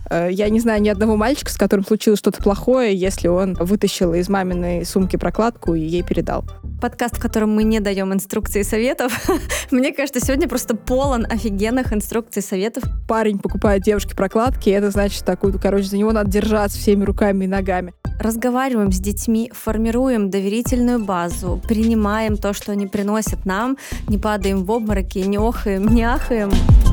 Я не знаю ни одного мальчика, с которым случилось что-то плохое, если он вытащил из маминой сумки прокладку и ей передал. Подкаст, в котором мы не даем инструкций и советов. Мне кажется, сегодня просто полон офигенных инструкций и советов. Парень покупает девушке прокладки, и это значит, за него надо держаться всеми руками и ногами. Разговариваем с детьми, формируем доверительную базу, принимаем то, что они приносят нам, не падаем в обмороки, не охаем, не ахаем.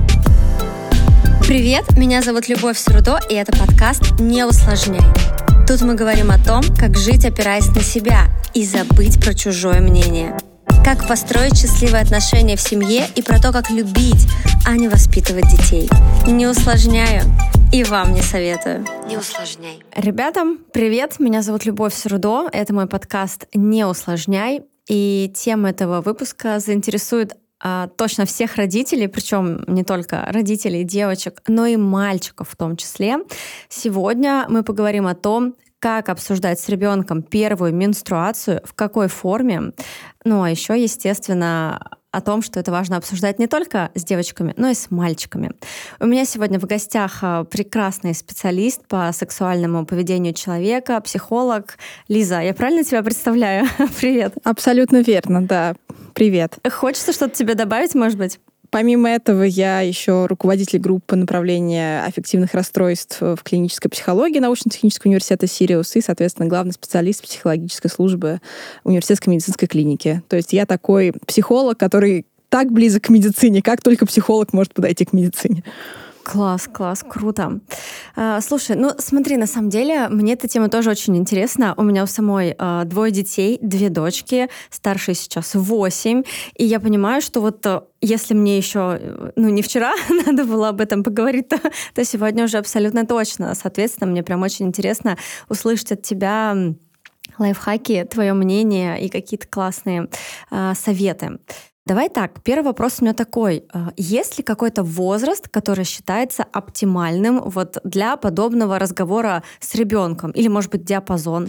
Привет, меня зовут Любовь Срудо, и это подкаст «Не усложняй». Тут мы говорим о том, как жить, опираясь на себя, и забыть про чужое мнение. Как построить счастливые отношения в семье и про то, как любить, а не воспитывать детей. Не усложняю, и вам не советую. Не усложняй. Ребятам, привет, меня зовут Любовь Срудо, это мой подкаст «Не усложняй», и тема этого выпуска заинтересует точно всех родителей, причем не только родителей девочек, но и мальчиков в том числе. Сегодня мы поговорим о том, как обсуждать с ребенком первую менструацию, в какой форме. Ну а еще, естественно, о том, что это важно обсуждать не только с девочками, но и с мальчиками. У меня сегодня в гостях прекрасный специалист по сексуальному поведению человека, психолог Лиза. Я правильно тебя представляю? Привет. Абсолютно верно, да. Привет. Хочется что-то тебе добавить, может быть? Помимо этого, я еще руководитель группы направления аффективных расстройств в клинической психологии научно-технического университета Сириус и, соответственно, главный специалист психологической службы университетской медицинской клиники. То есть я такой психолог, который так близок к медицине, как только психолог может подойти к медицине. Класс, круто. Слушай, смотри, на самом деле, мне эта тема тоже очень интересна. У меня у самой 2 детей, 2 дочки, старшей сейчас 8, и я понимаю, что вот если мне еще, не вчера надо было об этом поговорить, то сегодня уже абсолютно точно. Соответственно, мне прям очень интересно услышать от тебя лайфхаки, твое мнение и какие-то классные советы. Давай так, первый вопрос у меня такой. Есть ли какой-то возраст, который считается оптимальным вот для подобного разговора с ребенком? Или, может быть, диапазон?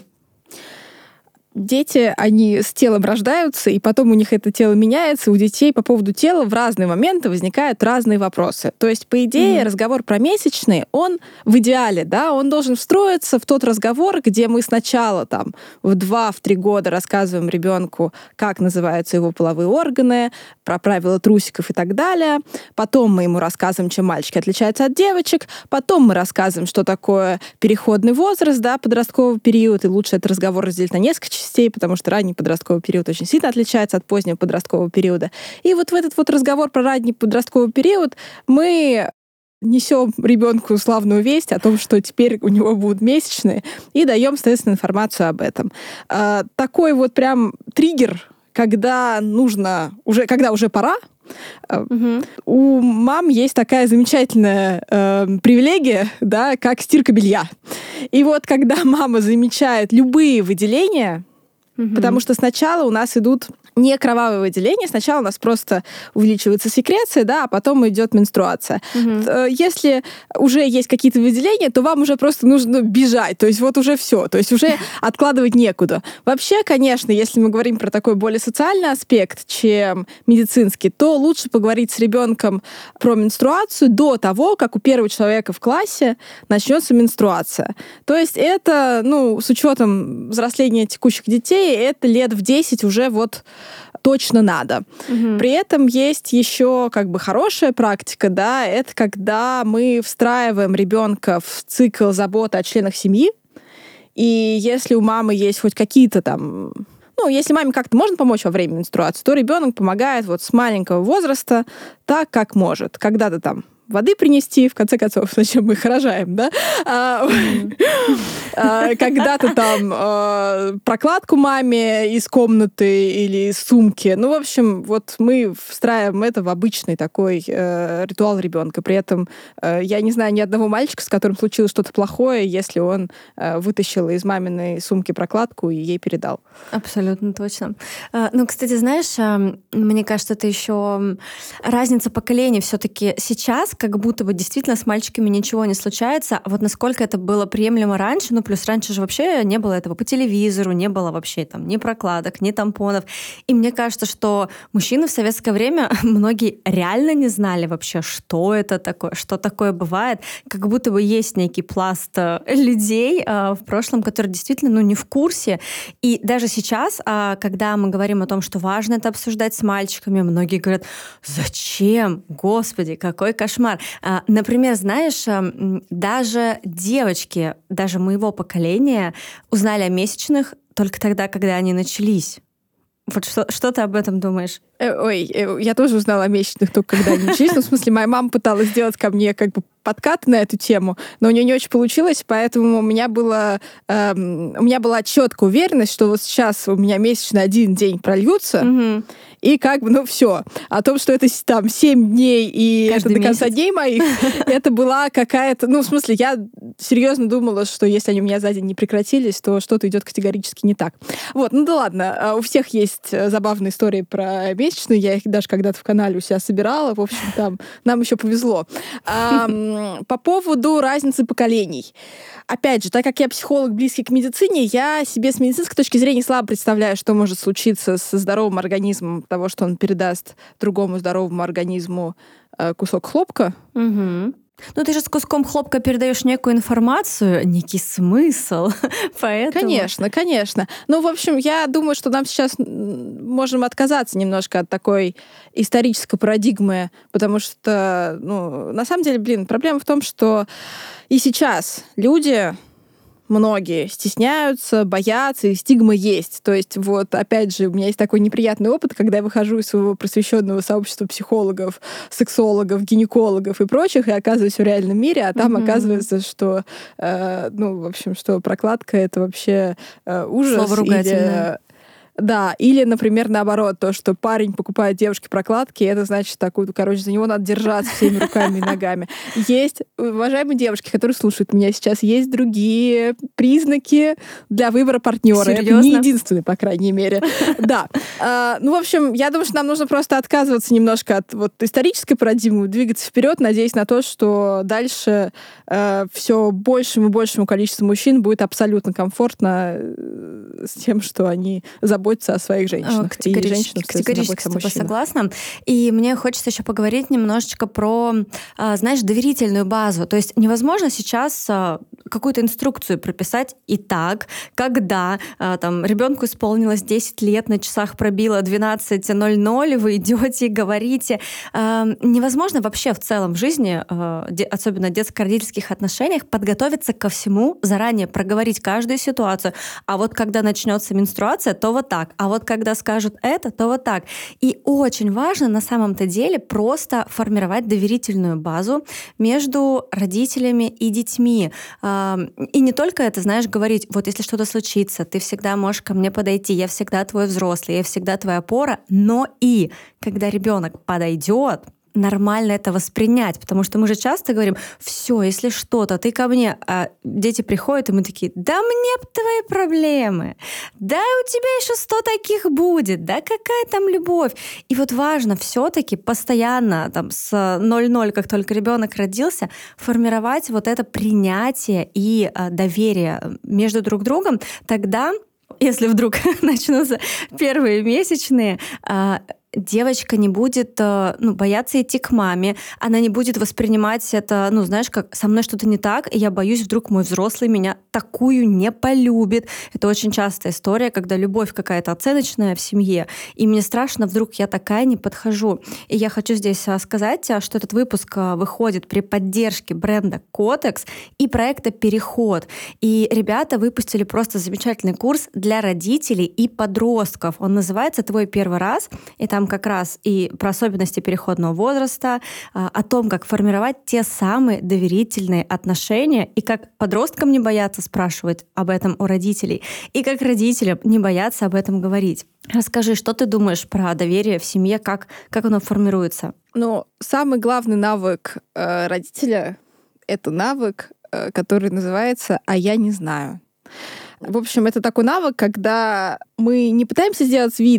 Дети, они с телом рождаются, и потом у них это тело меняется. У детей по поводу тела в разные моменты возникают разные вопросы. То есть, по идее, разговор про месячные, он в идеале, да, он должен встроиться в тот разговор, где мы сначала там в 2-3 года рассказываем ребенку, как называются его половые органы, про правила трусиков и так далее. Потом мы ему рассказываем, чем мальчики отличаются от девочек. Потом мы рассказываем, что такое переходный возраст, да, подростковый период. И лучше этот разговор разделить на несколько частей, потому что ранний подростковый период очень сильно отличается от позднего подросткового периода. И вот в этот вот разговор про ранний подростковый период мы несем ребенку славную весть о том, что теперь у него будут месячные, и даем, соответственно, информацию об этом. Такой вот прям триггер, когда уже пора. У мам есть такая замечательная привилегия, да, как стирка белья. И вот когда мама замечает любые выделения, потому что сначала у нас идут не кровавые выделения, сначала у нас просто увеличивается секреция, да, а потом идет менструация. Если уже есть какие-то выделения, то вам уже просто нужно бежать, то есть вот уже все, то есть уже откладывать некуда. Вообще, конечно, если мы говорим про такой более социальный аспект, чем медицинский, то лучше поговорить с ребенком про менструацию до того, как у первого человека в классе начнется менструация. То есть это, с учетом взросления текущих детей, это лет в 10 уже вот точно надо. При этом есть еще хорошая практика, да, это когда мы встраиваем ребенка в цикл заботы о членах семьи, и если у мамы есть хоть какие-то там... если маме как-то можно помочь во время менструации, то ребенок помогает вот с маленького возраста так, как может. Когда-то там воды принести, в конце концов, зачем мы их рожаем, да? Когда-то там прокладку маме из комнаты или из сумки. В общем, вот мы встраиваем это в обычный такой ритуал ребенка. При этом я не знаю ни одного мальчика, с которым случилось что-то плохое, если он вытащил из маминой сумки прокладку и ей передал. Абсолютно точно. Кстати, знаешь, мне кажется, это еще разница поколений. Все-таки сейчас как будто бы действительно с мальчиками ничего не случается. А вот насколько это было приемлемо раньше, плюс раньше же вообще не было этого по телевизору, не было вообще там ни прокладок, ни тампонов. И мне кажется, что мужчины в советское время многие реально не знали вообще, что это такое, что такое бывает. Как будто бы есть некий пласт людей в прошлом, которые действительно не в курсе. И даже сейчас, когда мы говорим о том, что важно это обсуждать с мальчиками, многие говорят: зачем? Господи, какой кошмар. Например, знаешь, даже девочки, даже моего поколения узнали о месячных только тогда, когда они начались. Вот что ты об этом думаешь? Я тоже узнала о месячных только когда они начались. Ну, в смысле, моя мама пыталась сделать ко мне как бы подкат на эту тему, но у нее не очень получилось, поэтому у меня была четкая уверенность, что вот сейчас у меня месячные один день прольются, и как бы, все. О том, что это там 7 дней, и каждый это до конца дней моих, это была какая-то... в смысле, я серьезно думала, что если они у меня за день не прекратились, то что-то идет категорически не так. Вот, да ладно. У всех есть забавные истории про месячные. Я их даже когда-то в канале у себя собирала. В общем, там нам еще повезло. По поводу разницы поколений. Опять же, так как я психолог, близкий к медицине, я себе с медицинской точки зрения слабо представляю, что может случиться со здоровым организмом того, что он передаст другому здоровому организму кусок хлопка. Ты же с куском хлопка передаешь некую информацию, некий смысл, поэтому... Конечно. В общем, я думаю, что нам сейчас можем отказаться немножко от такой исторической парадигмы, потому что, на самом деле, проблема в том, что и сейчас люди... Многие стесняются, боятся, и стигма есть. То есть, опять же, у меня есть такой неприятный опыт, когда я выхожу из своего просвещенного сообщества психологов, сексологов, гинекологов и прочих, и оказываюсь в реальном мире, а там оказывается, что, что прокладка — это вообще ужас. Слово ругательное. Да, или, например, наоборот, то, что парень покупает девушке прокладки, это значит, за него надо держаться всеми руками и ногами. Есть, уважаемые девушки, которые слушают меня сейчас, есть другие признаки для выбора партнера. Серьезно? Это не единственный, по крайней мере. Да. В общем, я думаю, что нам нужно просто отказываться немножко от исторической парадигмы, двигаться вперед, надеясь на то, что дальше все большему и большему количеству мужчин будет абсолютно комфортно с тем, что они заботятся о своих женщинах. Категорически с тобой согласна. И мне хочется еще поговорить немножечко про, доверительную базу. То есть невозможно сейчас какую-то инструкцию прописать и так, когда ребенку исполнилось 10 лет, на часах пробило 12:00, вы идете и говорите. Невозможно вообще в целом в жизни, особенно в детско-родительских отношениях, подготовиться ко всему, заранее проговорить каждую ситуацию. А вот когда начнется менструация, то вот так. А вот когда скажут это, то вот так. И очень важно на самом-то деле просто формировать доверительную базу между родителями и детьми. И не только это, говорить, вот если что-то случится, ты всегда можешь ко мне подойти, я всегда твой взрослый, я всегда твоя опора, но и когда ребенок подойдет, нормально это воспринять, потому что мы же часто говорим: все, если что-то, ты ко мне, а дети приходят, и мы такие: да мне б твои проблемы, да у тебя еще 100 таких будет, да какая там любовь. И важно все-таки постоянно с 0-0, как только ребенок родился, формировать это принятие и доверие между друг другом. Тогда, если вдруг начнутся первые месячные, девочка не будет бояться идти к маме, она не будет воспринимать это, как со мной что-то не так, и я боюсь, вдруг мой взрослый меня такую не полюбит. Это очень частая история, когда любовь какая-то оценочная в семье, и мне страшно, вдруг я такая не подхожу. И я хочу здесь сказать, что этот выпуск выходит при поддержке бренда Kotex и проекта «Переход». И ребята выпустили просто замечательный курс для родителей и подростков. Он называется «Твой первый раз», и там как раз и про особенности переходного возраста, о том, как формировать те самые доверительные отношения, и как подросткам не бояться спрашивать об этом у родителей, и как родителям не бояться об этом говорить. Расскажи, что ты думаешь про доверие в семье, как оно формируется? Самый главный навык родителя — это навык, который называется «а я не знаю». В общем, это такой навык, когда мы не пытаемся сделать вид,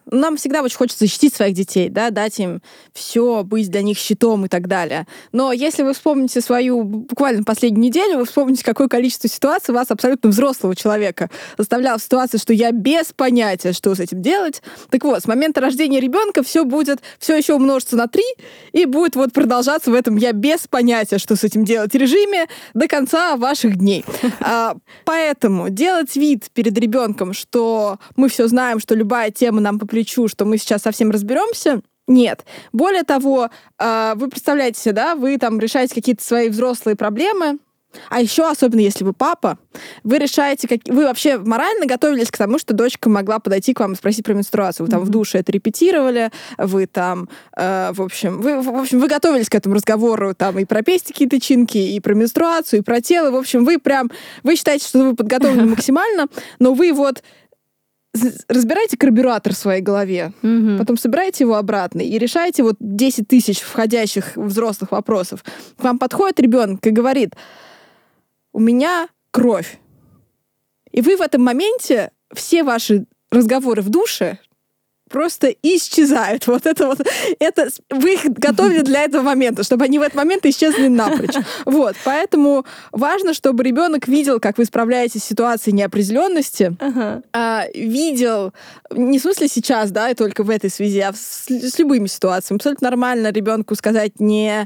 нам всегда очень хочется защитить своих детей, да, дать им все, быть для них щитом и так далее. Но если вы вспомните свою буквально последнюю неделю, вы вспомните, какое количество ситуаций вас, абсолютно взрослого человека, заставляло в ситуации, что я без понятия, что с этим делать. Так вот, с момента рождения ребенка все еще умножится на 3, и будет вот продолжаться в этом я без понятия, что с этим делать режиме до конца ваших дней. Поэтому делать вид перед ребенком, что мы все знаем, что любая тема нам по плечу, что мы сейчас совсем разберемся, нет. Более того, вы представляете себе, да, вы там решаете какие-то свои взрослые проблемы, а еще, особенно если вы папа, вы решаете, вы вообще морально готовились к тому, что дочка могла подойти к вам и спросить про менструацию. Вы там в душе это репетировали, вы там, в общем, вы готовились к этому разговору там и про пестики и тычинки, и про менструацию, и про тело. В общем, вы считаете, что вы подготовлены максимально, но вы вот разбираете карбюратор в своей голове, потом собираете его обратно и решаете вот 10 тысяч входящих взрослых вопросов. К вам подходит ребенок и говорит: у меня кровь. И вы в этом моменте, все ваши разговоры в душе просто исчезают. Вот это вы их готовили для этого момента, чтобы они в этот момент исчезли напрочь. Вот, поэтому важно, чтобы ребенок видел, как вы справляетесь с ситуацией неопределенности, видел, не в смысле сейчас, да, и только в этой связи, а с любыми ситуациями. Абсолютно нормально ребенку сказать не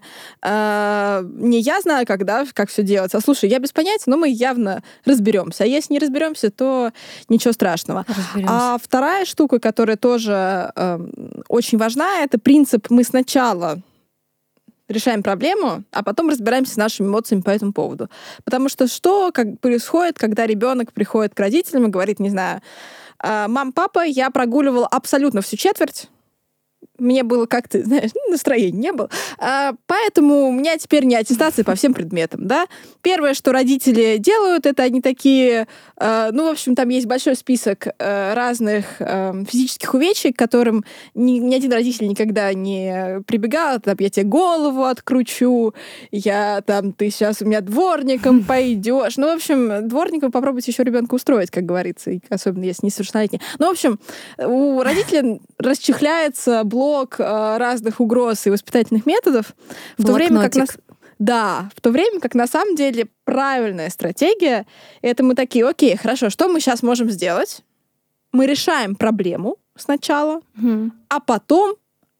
я знаю, как все делать, а слушай, я без понятия, но мы явно разберемся. А если не разберемся, то ничего страшного. А вторая штука, которая тоже очень важна, это принцип: мы сначала решаем проблему, а потом разбираемся с нашими эмоциями по этому поводу. Потому что как происходит, когда ребенок приходит к родителям и говорит, не знаю, мам, папа, я прогуливал абсолютно всю четверть, мне было как-то, знаешь, настроения не было. Поэтому у меня теперь не аттестация по всем предметам, да. Первое, что родители делают, это они такие... в общем, там есть большой список разных физических увечий, к которым ни один родитель никогда не прибегал. Там, я тебе голову откручу, ты сейчас у меня дворником пойдешь. В общем, дворником попробуйте еще ребенка устроить, как говорится, особенно если несовершеннолетний. В общем, у родителей расчехляется блок разных угроз и воспитательных методов, в то время как на самом деле правильная стратегия — это мы такие: окей, хорошо, что мы сейчас можем сделать? Мы решаем проблему сначала, а потом,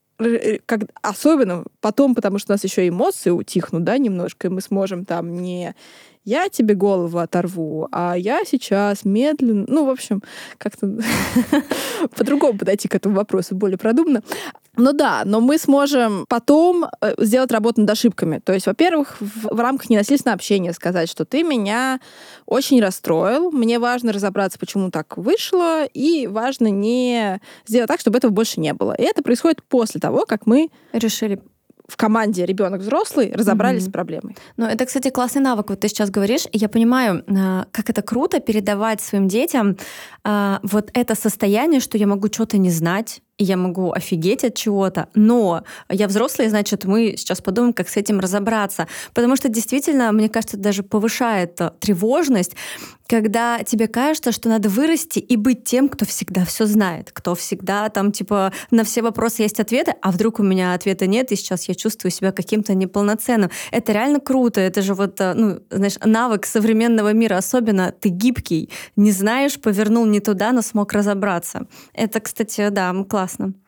особенно потом, потому что у нас еще эмоции утихнут, да, немножко, и мы сможем там не я тебе голову оторву, а я сейчас медленно... в общем, как-то по-другому подойти к этому вопросу, более продуманно. Но мы сможем потом сделать работу над ошибками. То есть, во-первых, в рамках ненасильственного общения сказать, что ты меня очень расстроил, мне важно разобраться, почему так вышло, и важно не сделать так, чтобы этого больше не было. И это происходит после того, как мы решили в команде ребенок взрослый разобрались с проблемой. Это, кстати, классный навык. Вот ты сейчас говоришь, и я понимаю, как это круто передавать своим детям вот это состояние, что я могу что-то не знать, и я могу офигеть от чего-то, но я взрослый, значит, мы сейчас подумаем, как с этим разобраться. Потому что действительно, мне кажется, даже повышает тревожность, когда тебе кажется, что надо вырасти и быть тем, кто всегда все знает, кто всегда там, на все вопросы есть ответы, а вдруг у меня ответа нет, и сейчас я чувствую себя каким-то неполноценным. Это реально круто. Это же навык современного мира. Особенно ты гибкий, не знаешь, повернул не туда, но смог разобраться. Это, кстати, да, классно.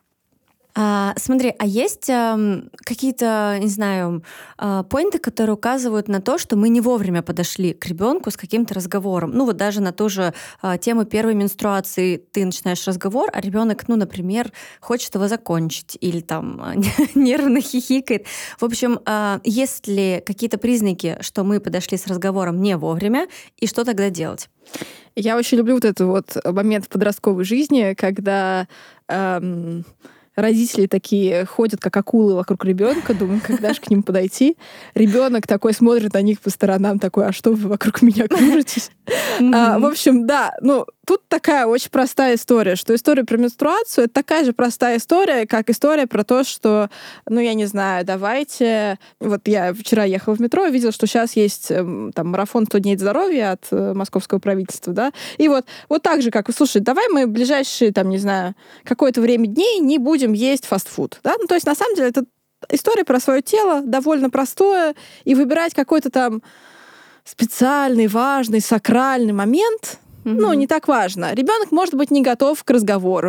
Смотри, а есть какие-то, не знаю, поинты, которые указывают на то, что мы не вовремя подошли к ребенку с каким-то разговором? Даже на ту же тему первой менструации ты начинаешь разговор, а ребенок, например, хочет его закончить или там нервно хихикает. В общем, есть ли какие-то признаки, что мы подошли с разговором не вовремя, и что тогда делать? Я очень люблю вот этот момент в подростковой жизни, когда родители такие ходят, как акулы вокруг ребенка, думают, когда же к ним подойти. Ребенок такой смотрит на них по сторонам, такой: а что вы вокруг меня кружитесь? В общем, да, тут такая очень простая история, что история про менструацию — это такая же простая история, как история про то, что, ну, я не знаю, давайте... Вот я вчера ехала в метро и видела, что сейчас есть там марафон 100 дней здоровья от московского правительства, да, и вот так же, как, слушай, давай мы в ближайшие, там, не знаю, какое-то время дней не будем есть фастфуд, да, ну, то есть, на самом деле, это история про свое тело, довольно простое, и выбирать какой-то там специальный, важный, сакральный момент, ну, не так важно. Ребенок может быть не готов к разговору.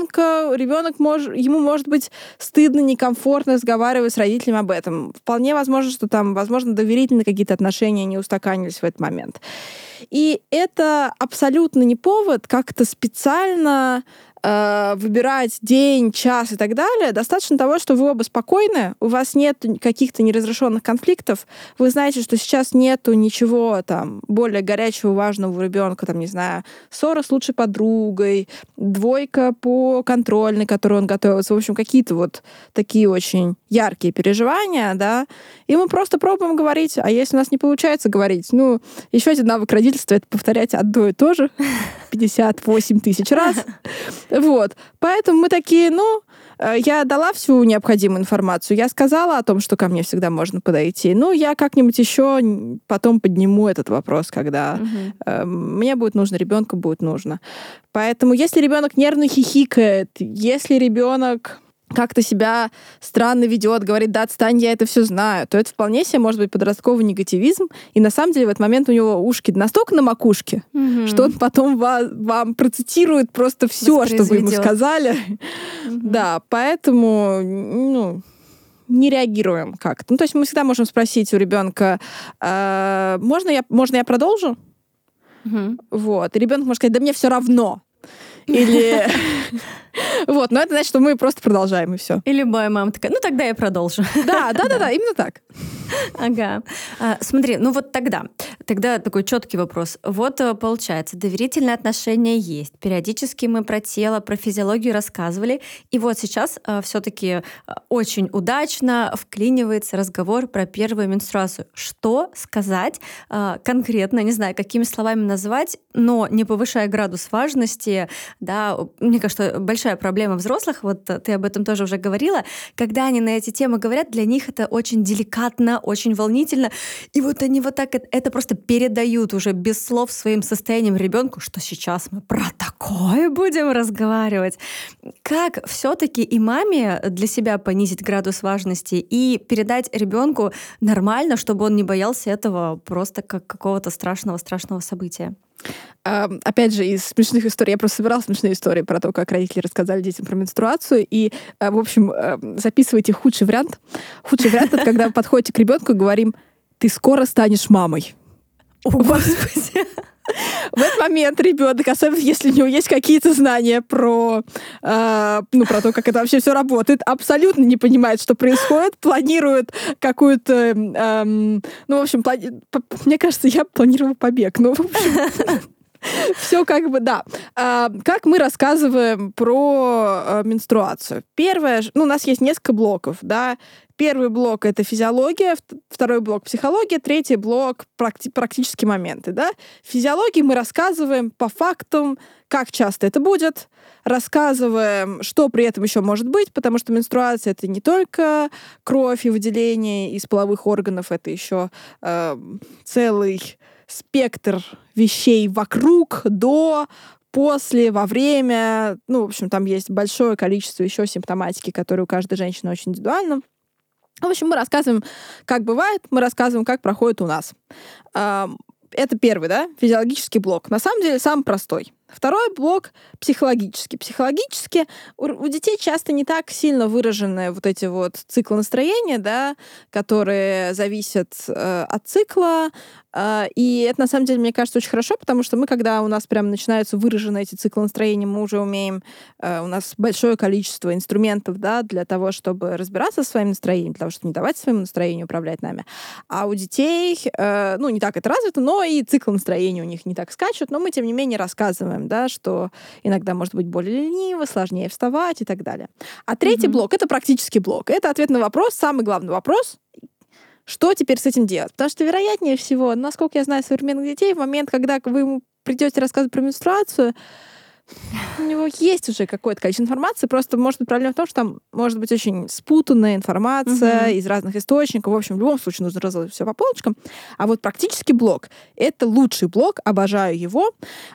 Ему может быть стыдно, некомфортно разговаривать с родителями об этом. Вполне возможно, что там, возможно, доверительные какие-то отношения не устаканились в этот момент. И это абсолютно не повод как-то специально выбирать день, час и так далее. Достаточно того, что вы оба спокойны, у вас нет каких-то неразрешенных конфликтов, вы знаете, что сейчас нету ничего там более горячего, важного у ребенка, там, не знаю, ссора с лучшей подругой, двойка по контрольной, которую он готовится, в общем, какие-то вот такие очень яркие переживания, да, и мы просто пробуем говорить, а если у нас не получается говорить, ну, еще один навык родительства — это повторять одно и то же 58 тысяч раз. Вот. Поэтому мы такие, ну, я дала всю необходимую информацию, я сказала о том, что ко мне всегда можно подойти. Ну, я как-нибудь еще потом подниму этот вопрос, когда мне будет нужно, ребенку будет нужно. Поэтому если ребенок нервно хихикает, если ребенок как-то себя странно ведет, говорит, да, отстань, я это все знаю, то это вполне себе может быть подростковый негативизм, и на самом деле в этот момент у него ушки настолько на макушке, что он потом вам процитирует просто все, что вы ему сказали. Да, поэтому, ну, не реагируем как-то. Ну, то есть мы всегда можем спросить у ребенка, можно я продолжу? Вот. И ребенок может сказать, да мне все равно. Или... Вот, но это значит, что мы просто продолжаем, и все. И любая мама такая, ну тогда я продолжу. Да, именно так. Ага. Смотри, ну вот тогда такой четкий вопрос. Вот получается, доверительные отношения есть. Периодически мы про тело, про физиологию рассказывали. И вот сейчас все-таки очень удачно вклинивается разговор про первую менструацию. Что сказать конкретно, не знаю, какими словами назвать, но не повышая градус важности, да, мне кажется, большая проблема взрослых, вот ты об этом тоже уже говорила, когда они на эти темы говорят, для них это очень деликатно, очень волнительно, и вот они вот так это просто передают уже без слов своим состоянием ребенку, что сейчас мы про такое будем разговаривать. Как все-таки и маме для себя понизить градус важности и передать ребенку нормально, чтобы он не боялся этого просто как какого-то страшного события? Опять же, из смешных историй, я просто собирала смешные истории про то, как родители рассказали детям про менструацию, и, в общем, записывайте худший вариант. Худший вариант — это когда вы подходите к ребенку и говорим, ты скоро станешь мамой. О, Господи! В этот момент ребенок, особенно если у него есть какие-то знания про то, как это вообще все работает, абсолютно не понимает, что происходит, планирует какую-то... в общем, мне кажется, я планировала побег. Ну, в общем... Все как бы, да. Как мы рассказываем про менструацию? Первое, у нас есть несколько блоков, да. Первый блок — это физиология, второй блок — психология, третий блок — практические моменты, да. В физиологии мы рассказываем по фактам, как часто это будет, рассказываем, что при этом еще может быть, потому что менструация — это не только кровь и выделение из половых органов, это еще целый спектр вещей вокруг, до, после, во время. Ну, в общем, там есть большое количество еще симптоматики, которые у каждой женщины очень индивидуальны. В общем, мы рассказываем, как бывает, мы рассказываем, как проходит у нас. Это первый, да, физиологический блок. На самом деле, самый простой. Второй блок психологический. Психологически у детей часто не так сильно выражены вот эти вот циклы настроения, да, которые зависят от цикла. И это, на самом деле, мне кажется, очень хорошо, потому что мы, когда у нас прям начинаются выражены эти циклы настроения, мы уже умеем, у нас большое количество инструментов, да, для того, чтобы разбираться со своим настроением, для того, чтобы не давать своему настроению управлять нами. А у детей, не так это развито, но и цикл настроения у них не так скачут, но мы, тем не менее, рассказываем, да, что иногда может быть более лениво, сложнее вставать и так далее. А третий блок — это практический блок. Это ответ на вопрос, самый главный вопрос — что теперь с этим делать? Потому что, вероятнее всего, насколько я знаю современных детей, в момент, когда вы ему придете рассказывать про менструацию, у него есть уже какое-то количество информации, просто может быть проблема в том, что там может быть очень спутанная информация из разных источников. В общем, в любом случае нужно разложить все по полочкам. А вот практический блог — это лучший блог, обожаю его.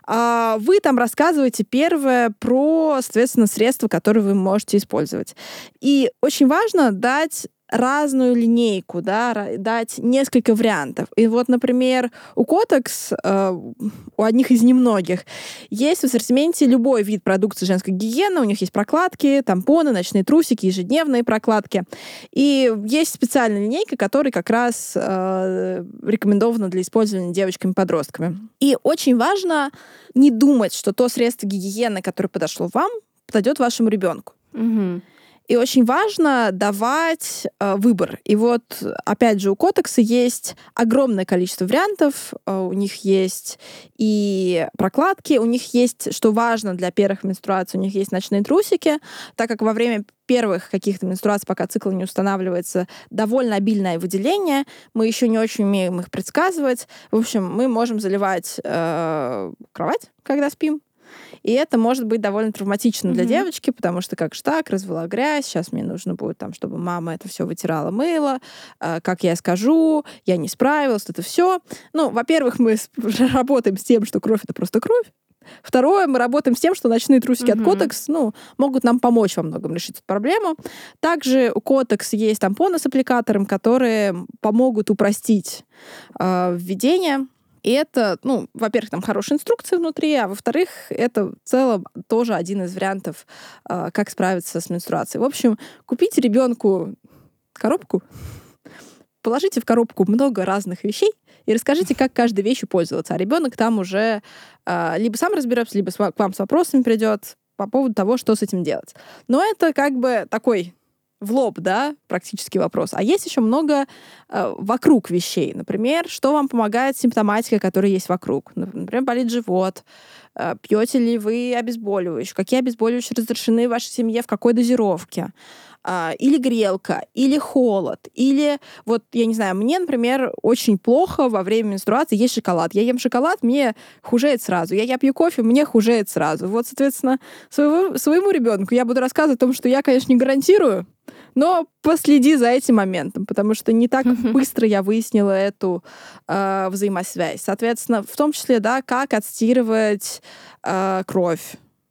Вы там рассказываете первое про, соответственно, средства, которые вы можете использовать. И очень важно дать разную линейку, да, дать несколько вариантов. И вот, например, у Kotex, у одних из немногих, есть в ассортименте любой вид продукции женской гигиены. У них есть прокладки, тампоны, ночные трусики, ежедневные прокладки. И есть специальная линейка, которая как раз рекомендована для использования девочками-подростками. И очень важно не думать, что то средство гигиены, которое подошло вам, подойдет вашему ребенку. И очень важно давать выбор. И вот, опять же, у Kotex есть огромное количество вариантов. У них есть и прокладки, у них есть, что важно для первых менструаций, у них есть ночные трусики, так как во время первых каких-то менструаций, пока цикл не устанавливается, довольно обильное выделение. Мы еще не очень умеем их предсказывать. В общем, мы можем заливать кровать, когда спим. И это может быть довольно травматично для девочки, потому что как же так, развела грязь, сейчас мне нужно будет, там, чтобы мама это все вытирала, мыла, как я скажу, я не справилась, это все. Ну, во-первых, мы работаем с тем, что кровь — это просто кровь. Второе, мы работаем с тем, что ночные трусики от Kotex, могут нам помочь во многом решить эту проблему. Также у Kotex есть тампоны с аппликатором, которые помогут упростить введение. И это, во-первых, там хорошая инструкция внутри, а во-вторых, это в целом тоже один из вариантов, как справиться с менструацией. В общем, купите ребенку коробку, положите в коробку много разных вещей и расскажите, как каждой вещью пользоваться. А ребенок там уже либо сам разберется, либо к вам с вопросами придет по поводу того, что с этим делать. Но это как бы такой в лоб, да, практически вопрос. А есть еще много вокруг вещей. Например, что вам помогает симптоматика, которая есть вокруг. Например, болит живот, пьете ли вы обезболивающие, какие обезболивающие разрешены в вашей семье, в какой дозировке. Или грелка, или холод, или, вот, я не знаю, мне, например, очень плохо во время менструации есть шоколад. Я ем шоколад, мне хужеет сразу. Я пью кофе, мне хужеет сразу. Вот, соответственно, своему ребенку я буду рассказывать о том, что я, конечно, не гарантирую, но последи за этим моментом, потому что не так быстро я выяснила эту взаимосвязь. Соответственно, в том числе, да, как отстирывать кровь,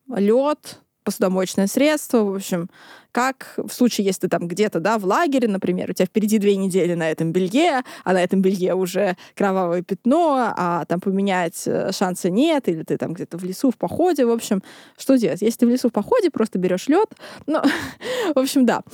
лед, посудомоечное средство, в общем, как в случае, если ты там где-то, да, в лагере, например, у тебя впереди 2 недели на этом белье, а на этом белье уже кровавое пятно, а там поменять шанса нет, или ты там где-то в лесу в походе, в общем, что делать? Если ты в лесу в походе, просто берешь лед, в общем, да.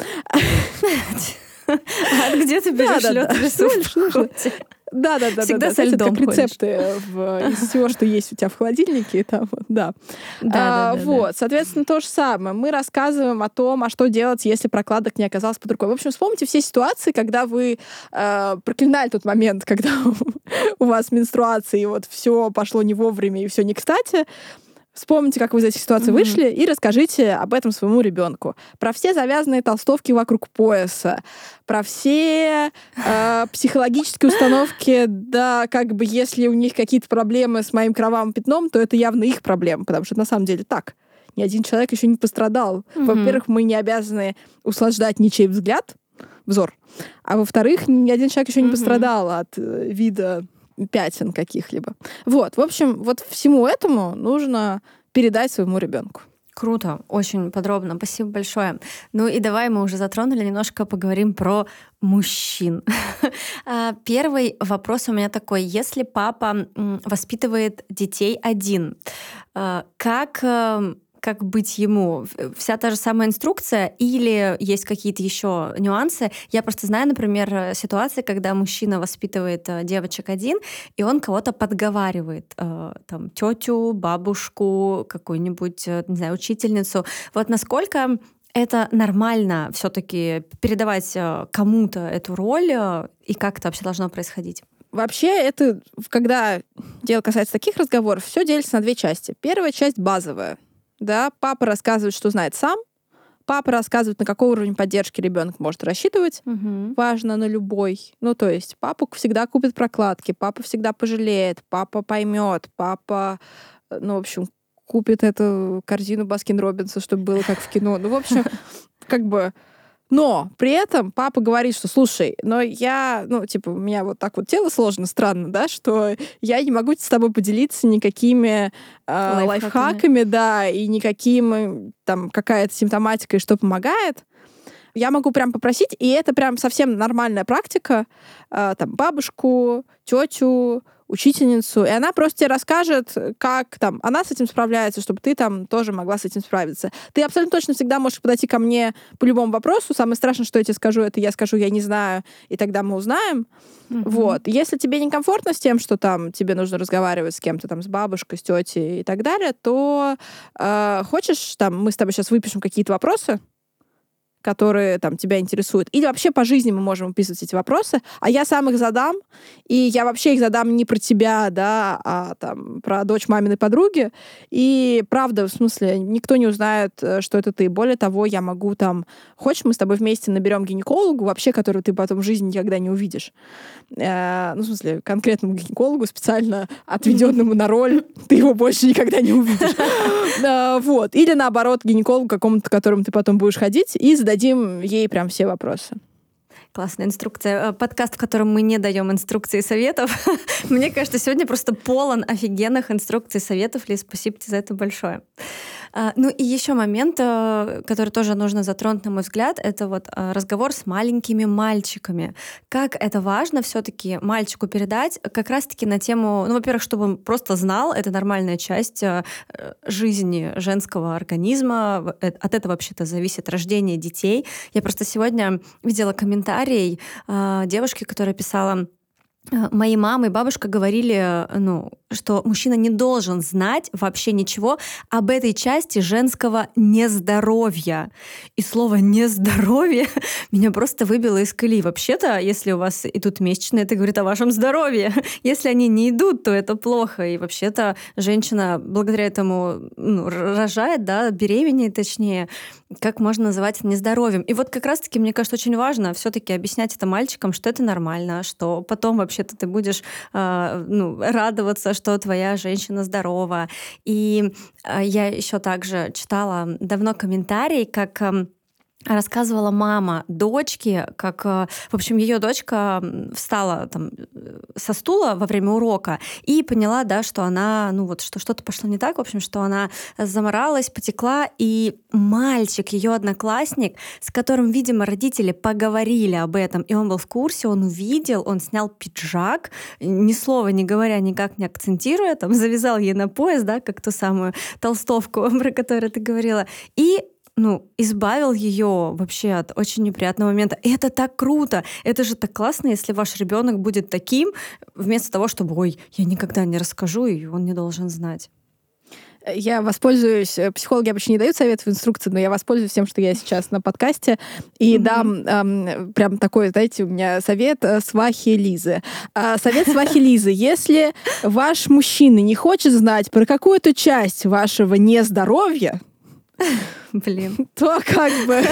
Где ты берешь лед в лесу в походе? Да. Всегда со льдом как рецепты из всего, что есть у тебя в холодильнике. Там, да. Вот, соответственно, то же самое. Мы рассказываем о том, а что делать, если прокладок не оказалось под рукой. В общем, вспомните все ситуации, когда вы проклинали тот момент, когда у вас менструация, и вот все пошло не вовремя, и все не кстати. Вспомните, как вы из этих ситуаций вышли, и расскажите об этом своему ребенку. Про все завязанные толстовки вокруг пояса, про все психологические установки, да, как бы если у них какие-то проблемы с моим кровавым пятном, то это явно их проблема, потому что на самом деле так. Ни один человек еще не пострадал. Во-первых, мы не обязаны услаждать ничей взор. А во-вторых, ни один человек еще не пострадал от вида пятен каких-либо. Вот, в общем, вот всему этому нужно передать своему ребенку. Круто, очень подробно. Спасибо большое. Ну и давай мы уже затронули, немножко поговорим про мужчин. Первый вопрос у меня такой. Если папа воспитывает детей один, как быть ему? Вся та же самая инструкция или есть какие-то еще нюансы? Я просто знаю, например, ситуации, когда мужчина воспитывает девочек один, и он кого-то подговаривает, там, тетю, бабушку, какую-нибудь, не знаю, учительницу. Вот насколько это нормально все-таки передавать кому-то эту роль, и как это вообще должно происходить? Вообще, это, когда дело касается таких разговоров, все делится на 2 части. Первая часть базовая. Да, папа рассказывает, что знает сам, Папа рассказывает, на какой уровень поддержки ребенок может рассчитывать. Важно, на любой. Ну, то есть папа всегда купит прокладки, папа всегда пожалеет, папа поймет, папа, ну, в общем, купит эту корзину Баскин-Роббинса, чтобы было как в кино. Ну, в общем, как бы... Но при этом папа говорит, что, слушай, но я, ну, типа, у меня вот так вот тело сложно, странно, да, что я не могу с тобой поделиться никакими лайфхаками, да, и никаким, там, какая-то симптоматика, и что помогает. Я могу прям попросить, и это прям совсем нормальная практика, там, бабушку, тетю, учительницу, и она просто тебе расскажет, как там она с этим справляется, чтобы ты там тоже могла с этим справиться. Ты абсолютно точно всегда можешь подойти ко мне по любому вопросу. Самое страшное, что я тебе скажу, это я скажу, я не знаю, и тогда мы узнаем. Вот. Если тебе некомфортно с тем, что там тебе нужно разговаривать с кем-то, там, с бабушкой, с тетей и так далее, то хочешь, там, мы с тобой сейчас выпишем какие-то вопросы, которые там тебя интересуют. Или вообще по жизни мы можем описывать эти вопросы, а я сам их задам, и я вообще их задам не про тебя, да, а там про дочь маминой подруги. И правда, в смысле, никто не узнает, что это ты. Более того, я могу там... Хочешь, мы с тобой вместе наберем гинекологу, вообще, которую ты потом в жизни никогда не увидишь. Ну, в смысле, конкретному гинекологу, специально отведенному на роль, ты его больше никогда не увидишь. Вот. Или наоборот, гинекологу какому-то, к которому ты потом будешь ходить, и зададим ей прям все вопросы. Классная инструкция. Подкаст, в котором мы не даем инструкции и советов. Мне кажется, сегодня просто полон офигенных инструкций и советов. Лиз, спасибо тебе за это большое. Ну и еще момент, который тоже нужно затронуть, на мой взгляд, это вот разговор с маленькими мальчиками. Как это важно все-таки мальчику передать как раз-таки на тему, ну, во-первых, чтобы он просто знал, это нормальная часть жизни женского организма, от этого вообще-то зависит рождение детей. Я просто сегодня видела комментарий девушки, которая писала: мои мама и бабушка говорили, ну, что мужчина не должен знать вообще ничего об этой части женского нездоровья. И слово «нездоровье» меня просто выбило из колеи. Вообще-то, если у вас идут месячные, это говорит о вашем здоровье. Если они не идут, то это плохо. И вообще-то женщина благодаря этому рожает, да, беременеет, точнее. Как можно называть это нездоровьем? И вот как раз-таки, мне кажется, очень важно все-таки объяснять это мальчикам, что это нормально, что потом вообще-то ты будешь радоваться, что твоя женщина здорова. И я еще также читала давно комментарий, как рассказывала мама дочки, как, в общем, ее дочка встала там со стула во время урока и поняла, да, что она, ну вот, что что-то пошло не так, в общем, что она заморалась, потекла, и мальчик, ее одноклассник, с которым, видимо, родители поговорили об этом, и он был в курсе, он увидел, он снял пиджак, ни слова не говоря, никак не акцентируя, там, завязал ей на пояс, да, как ту самую толстовку, про которую ты говорила, и избавил ее вообще от очень неприятного момента. И это так круто! Это же так классно, если ваш ребенок будет таким, вместо того, чтобы, ой, я никогда не расскажу, и он не должен знать. Я воспользуюсь, психологи обычно не дают советов, инструкции, но я воспользуюсь тем, что я сейчас на подкасте, и дам прям такой, знаете, у меня совет свахи Лизы. Совет свахи Лизы. Если ваш мужчина не хочет знать про какую-то часть вашего нездоровья, блин, то как бы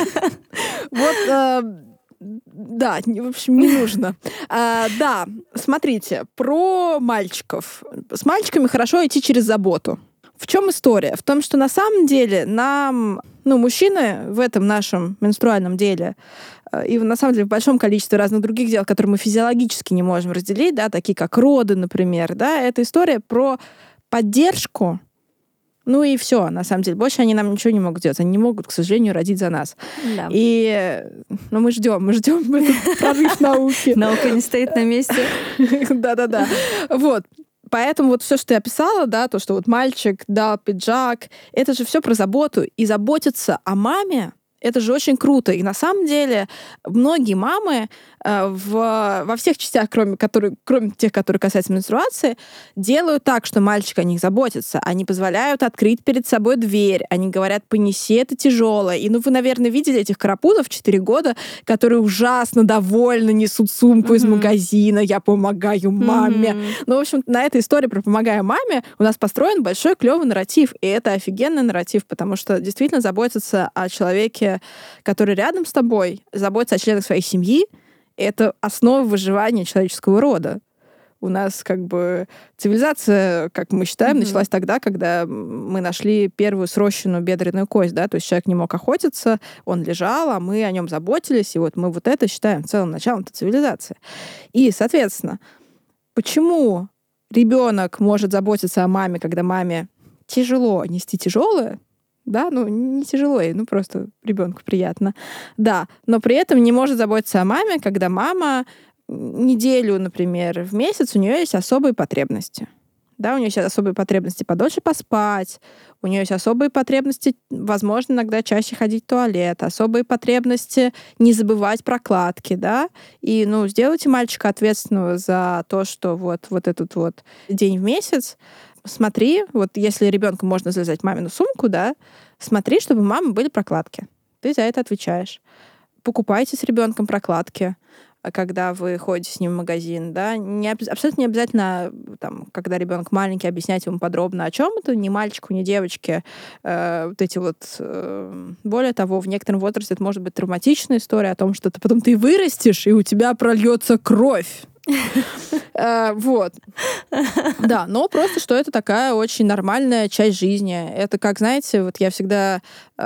вот... Да, в общем, не нужно. Да, смотрите, про мальчиков. С мальчиками хорошо идти через заботу. В чем история? В том, что на самом деле нам, мужчины в этом нашем менструальном деле и на самом деле в большом количестве разных других дел, которые мы физиологически не можем разделить, да, такие как роды, например, да, это история про поддержку. Ну и все, на самом деле. Больше они нам ничего не могут делать. Они не могут, к сожалению, родить за нас. Да. И мы ждем этот прорыв науки. Наука не стоит на месте. Да-да-да. Вот. Поэтому вот все, что я описала, да, то, что вот мальчик дал пиджак, это же все про заботу. И заботиться о маме, это же очень круто. И на самом деле многие мамы во всех частях, кроме тех, которые касаются менструации, делают так, что мальчик о них заботится. Они позволяют открыть перед собой дверь. Они говорят, понеси, это тяжело. И вы, наверное, видели этих карапузов 4 года, которые ужасно довольно несут сумку из магазина. Я помогаю маме. В общем, на этой истории про «помогаю маме» у нас построен большой клевый нарратив. И это офигенный нарратив, потому что действительно заботиться о человеке люди, которые рядом с тобой, заботятся о членах своей семьи, это основа выживания человеческого рода. У нас как бы цивилизация, как мы считаем, началась тогда, когда мы нашли первую срощенную бедренную кость, да, то есть человек не мог охотиться, он лежал, а мы о нем заботились, и вот мы вот это считаем целым началом этой цивилизации. И, соответственно, почему ребенок может заботиться о маме, когда маме тяжело нести тяжелое, да, ну, не тяжело ей, ну, просто ребенку приятно, да, но при этом не может заботиться о маме, когда мама неделю, например, в месяц у нее есть особые потребности. Да, у нее есть особые потребности подольше поспать, у нее есть особые потребности, возможно, иногда чаще ходить в туалет, особые потребности не забывать прокладки, да, и, ну, сделайте мальчика ответственного за то, что вот этот вот день в месяц, смотри, вот если ребенку можно завязать мамину сумку, да, смотри, чтобы у мамы были прокладки. Ты за это отвечаешь. Покупайте с ребенком прокладки, когда вы ходите с ним в магазин, да, абсолютно не обязательно, там, когда ребенок маленький, объяснять ему подробно, о чем это, ни мальчику, ни девочке, вот эти вот... более того, в некотором возрасте это может быть травматичная история о том, что потом ты вырастешь, и у тебя прольется кровь. Вот. Да, но просто, что это такая очень нормальная часть жизни. Это как, знаете, вот я всегда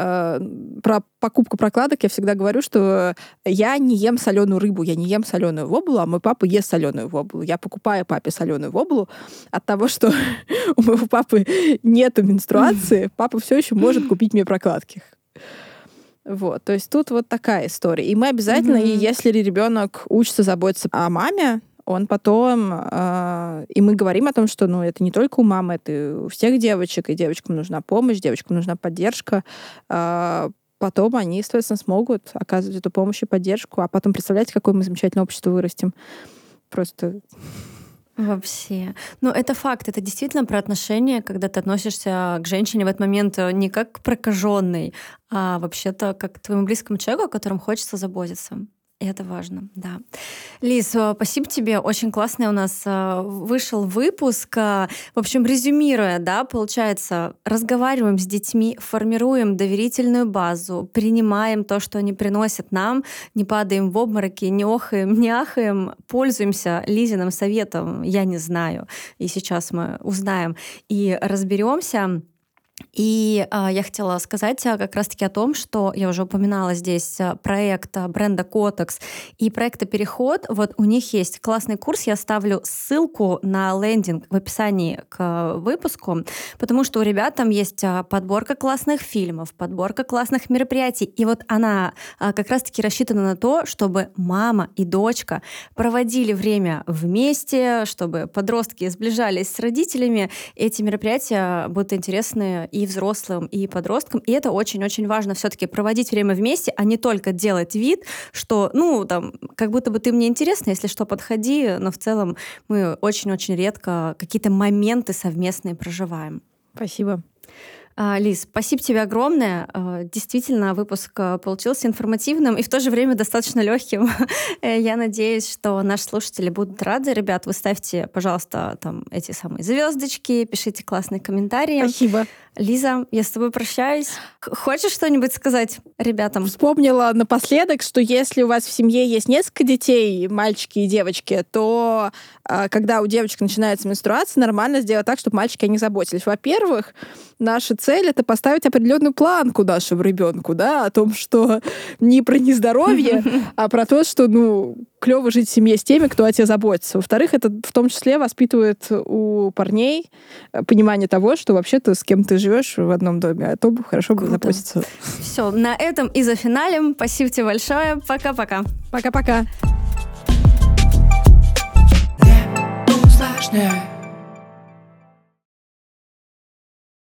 про покупку прокладок я всегда говорю, что я не ем соленую рыбу, я не ем соленую воблу, а мой папа ест соленую воблу. Я покупаю папе соленую воблу от того, что у моего папы нету менструации, папа все еще может купить мне прокладки. Вот, то есть тут вот такая история. И мы обязательно, и если ребенок учится заботиться о маме, он потом... и мы говорим о том, что ну, это не только у мамы, это у всех девочек, и девочкам нужна помощь, девочкам нужна поддержка. Потом они, соответственно, смогут оказывать эту помощь и поддержку. А потом, представляете, какое мы замечательное общество вырастим. Просто... Вообще. Ну, это факт. Это действительно про отношения, когда ты относишься к женщине в этот момент не как к прокаженной, а вообще-то как к твоему близкому человеку, о котором хочется заботиться. И это важно, да. Лиз, спасибо тебе. Очень классный у нас вышел выпуск. В общем, резюмируя, да, получается, разговариваем с детьми, формируем доверительную базу, принимаем то, что они приносят нам, не падаем в обмороки, не охаем, не ахаем, пользуемся Лизиным советом, я не знаю. И сейчас мы узнаем и разберемся. И я хотела сказать как раз-таки о том, что я уже упоминала здесь проект бренда Kotex и проекта «Переход». Вот у них есть классный курс, я оставлю ссылку на лендинг в описании к выпуску, потому что у ребят там есть подборка классных фильмов, подборка классных мероприятий, и вот она как раз-таки рассчитана на то, чтобы мама и дочка проводили время вместе, чтобы подростки сближались с родителями. Эти мероприятия будут интересны и взрослым, и подросткам. И это очень-очень важно все-таки проводить время вместе, а не только делать вид, что, ну, там, как будто бы ты мне интересна, если что, подходи, но в целом мы очень-очень редко какие-то моменты совместные проживаем. Спасибо. Лиз, спасибо тебе огромное. Действительно, выпуск получился информативным и в то же время достаточно легким. Я надеюсь, что наши слушатели будут рады. Ребят, вы ставьте, пожалуйста, там эти самые звездочки, пишите классные комментарии. Спасибо. Лиза, я с тобой прощаюсь. Хочешь что-нибудь сказать ребятам? Вспомнила напоследок, что если у вас в семье есть несколько детей, мальчики и девочки, то когда у девочек начинается менструация, нормально сделать так, чтобы мальчики о них заботились. Во-первых, наша цель — это поставить определенную планку нашему ребенку, да, о том, что не про нездоровье, а про то, что, ну, клево жить в семье с теми, кто о тебе заботится. Во-вторых, это в том числе воспитывает у парней понимание того, что вообще-то с кем ты живешь в одном доме, а то бы хорошо бы заботиться. Все, на этом и зафиналим. Спасибо тебе большое. Пока-пока. Пока-пока. Сложнее.